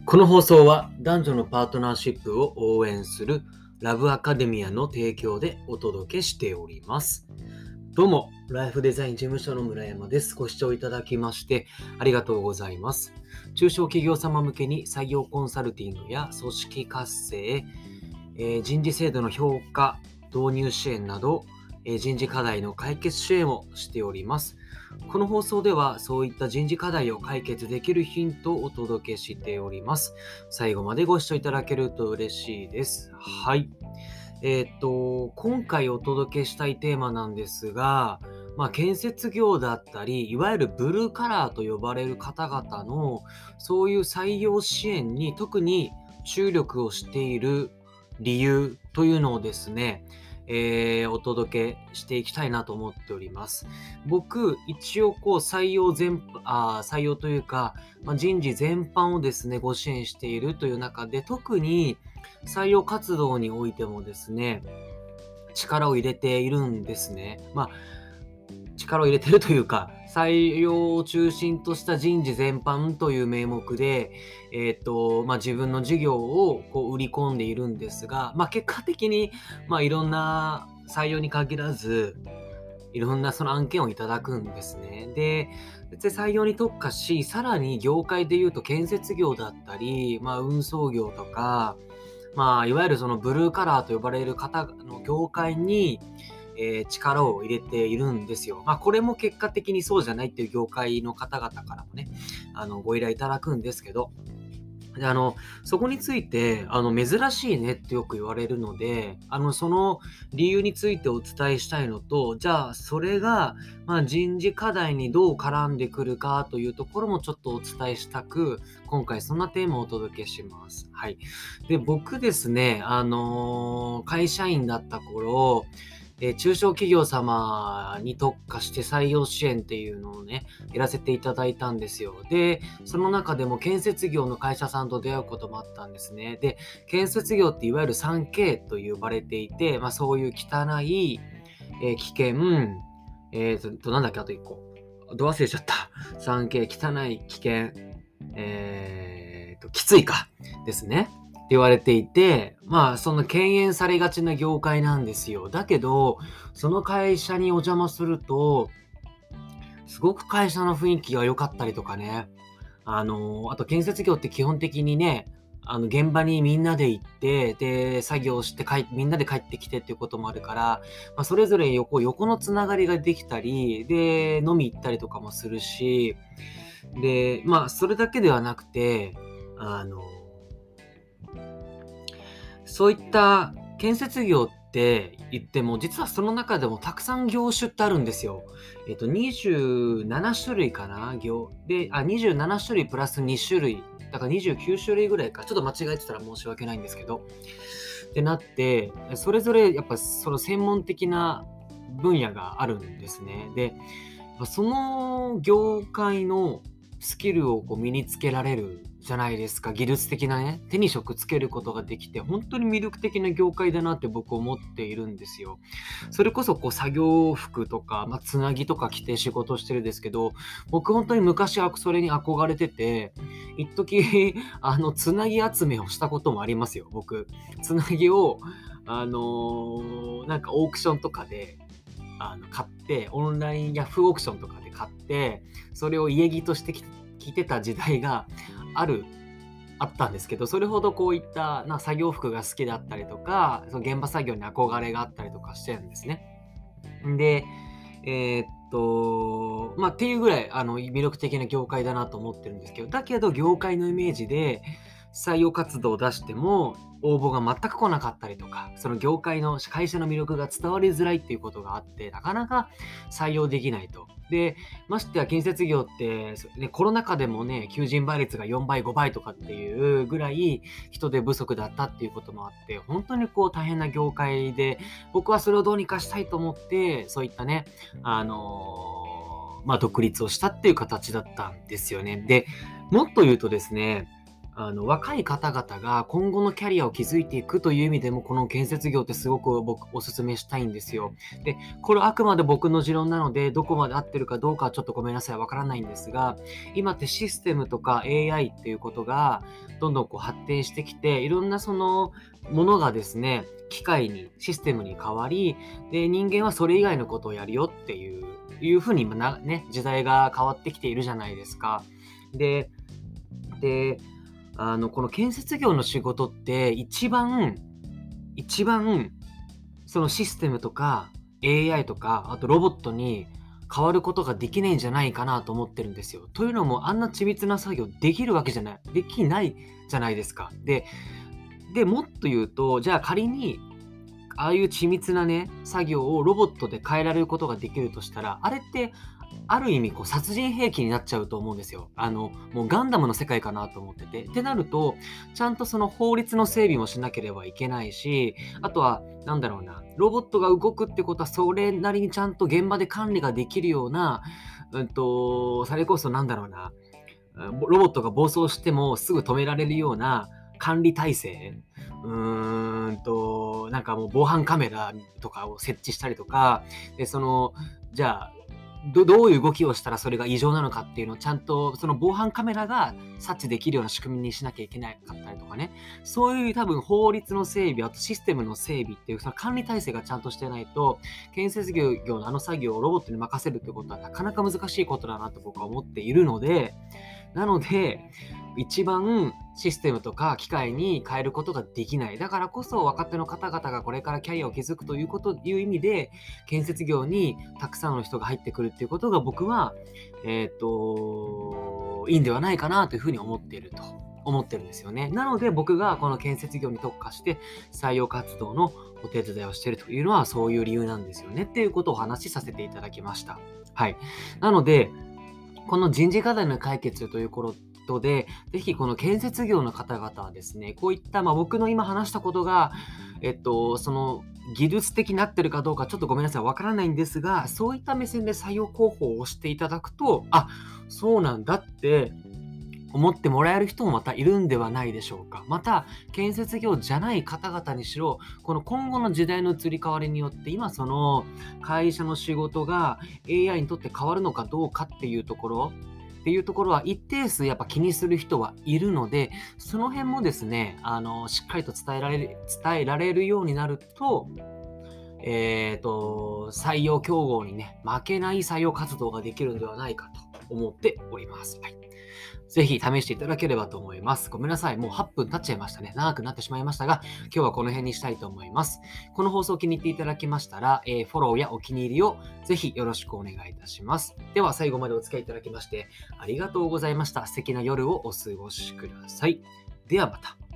この放送は男女のパートナーシップを応援するラブアカデミアの提供でお届けしております。どうも、ライフデザイン事務所の村山です。ご視聴いただきましてありがとうございます。中小企業様向けに採用コンサルティングや組織活性、人事制度の評価、導入支援など、人事課題の解決支援をしております。この放送ではそういった人事課題を解決できるヒントをお届けしております。最後までご視聴いただけると嬉しいです。はい。今回お届けしたいテーマなんですが、建設業だったり、いわゆるブルーカラーと呼ばれる方々のそういう採用支援に特に注力をしている理由というのをですね、お届けしていきたいなと思っております。僕、一応採用というか、人事全般をですね、ご支援しているという中で、特に採用活動においてもですね、力を入れているんですね。力を入れてるというか、採用を中心とした人事全般という名目で、自分の事業を売り込んでいるんですが、結果的に、いろんな採用に限らず、いろんなその案件をいただくんですね。で、別に採用に特化し、さらに業界でいうと建設業だったり、運送業とか、いわゆるそのブルーカラーと呼ばれる方の業界に、力を入れているんですよ。これも結果的にそうじゃないっていう業界の方々からもね、ご依頼いただくんですけど、でそこについて珍しいねってよく言われるので、その理由についてお伝えしたいのと、じゃあそれが、人事課題にどう絡んでくるかというところもちょっとお伝えしたく、今回そんなテーマをお届けします。はい。で、僕ですね、会社員だった頃、中小企業様に特化して採用支援っていうのをね、やらせていただいたんですよ。で、その中でも建設業の会社さんと出会うこともあったんですね。で、建設業っていわゆる 3K と呼ばれていて、そういう汚い、危険、なんだっけ、あと1個。ど忘れちゃった。3K、汚い、危険、きついか。ですね。って言われていて、その敬遠されがちな業界なんですよ。だけど、その会社にお邪魔すると、すごく会社の雰囲気が良かったりとかね。あと建設業って基本的にね、現場にみんなで行って、で、作業してみんなで帰ってきてっていうこともあるから、それぞれ横のつながりができたり、で、飲み行ったりとかもするし、で、それだけではなくて、そういった建設業って言っても、実はその中でもたくさん業種ってあるんですよ。27種類かな27種類プラス2種類。だから29種類ぐらいか。ちょっと間違えてたら申し訳ないんですけど。ってなって、それぞれやっぱその専門的な分野があるんですね。で、その業界のスキルを身につけられるじゃないですか。技術的なね、手に職つけることができて、本当に魅力的な業界だなって僕思っているんですよ。それこそ作業服とか、つなぎとか着て仕事してるんですけど、僕本当に昔それに憧れてて、一時つなぎ集めをしたこともありますよ、僕。つなぎを、なんかオークションとかで、買って、オンラインヤフーオークションとかで買って、それを家着として着てた時代があったんですけど、それほどこういった作業服が好きだったりとか、その現場作業に憧れがあったりとかしてるんですね。で、っていうぐらい魅力的な業界だなと思ってるんですけど、だけど業界のイメージで採用活動を出しても応募が全く来なかったりとか、その業界の会社の魅力が伝わりづらいっていうことがあって、なかなか採用できないと。で、ましてや建設業って、コロナ禍でもね、求人倍率が4倍、5倍とかっていうぐらい人手不足だったっていうこともあって、本当に大変な業界で、僕はそれをどうにかしたいと思って、そういったね、独立をしたっていう形だったんですよね。で、もっと言うとですね、 若い方々が今後のキャリアを築いていくという意味でも、この建設業ってすごく僕お勧めしたいんですよ。で、これはあくまで僕の持論なので、どこまで合ってるかどうかはちょっとごめんなさい、わからないんですが、今ってシステムとか AI っていうことがどんどん発展してきて、いろんなそのものがですね、機械に、システムに変わり、で、人間はそれ以外のことをやるよっていうふうに今時代が変わってきているじゃないですか。で、この建設業の仕事って一番そのシステムとか AI とか、あとロボットに変わることができないんじゃないかなと思ってるんですよ。というのも、あんな緻密な作業できるわけじゃない、できないじゃないですか。で、もっと言うと、じゃあ仮に、ああいう緻密なね、作業をロボットで変えられることができるとしたら、あれって、ある意味殺人兵器になっちゃうと思うんですよ。もうガンダムの世界かなと思ってて。ってなると、ちゃんとその法律の整備もしなければいけないし、あとは、ロボットが動くってことは、それなりにちゃんと現場で管理ができるような、それこそロボットが暴走してもすぐ止められるような管理体制、もう防犯カメラとかを設置したりとか、で、じゃあ、どういう動きをしたらそれが異常なのかっていうのをちゃんとその防犯カメラが察知できるような仕組みにしなきゃいけなかったりとかね。そういう多分法律の整備、あとシステムの整備っていうその管理体制がちゃんとしてないと、建設業のあの作業をロボットに任せるってことはなかなか難しいことだなと僕は思っているので、一番システムとか機械に変えることができない。だからこそ若手の方々がこれからキャリアを築くという意味で、建設業にたくさんの人が入ってくるっていうことが僕は、いいんではないかなというふうに思ってるんですよね。なので僕がこの建設業に特化して採用活動のお手伝いをしているというのはそういう理由なんですよねっていうことをお話しさせていただきました。はい。なので、この人事課題の解決ということで、ぜひこの建設業の方々はですね、こういった、僕の今話したことが、その技術的になってるかどうかちょっとごめんなさい、わからないんですが、そういった目線で採用広報をしていただくと、そうなんだって思ってもらえる人もまたいるんではないでしょうか。また、建設業じゃない方々にしろ、この今後の時代の移り変わりによって、今その会社の仕事が AI にとって変わるのかどうかっていうところは一定数やっぱ気にする人はいるので、その辺もですね、しっかりと伝えられるようになると、採用競合にね、負けない採用活動ができるのではないかと思っております。はい。ぜひ試していただければと思います。ごめんなさい。もう8分経っちゃいましたね。長くなってしまいましたが、今日はこの辺にしたいと思います。この放送を気に入っていただけましたら、フォローやお気に入りをぜひよろしくお願いいたします。では最後までお付き合いいただきましてありがとうございました。素敵な夜をお過ごしください。ではまた。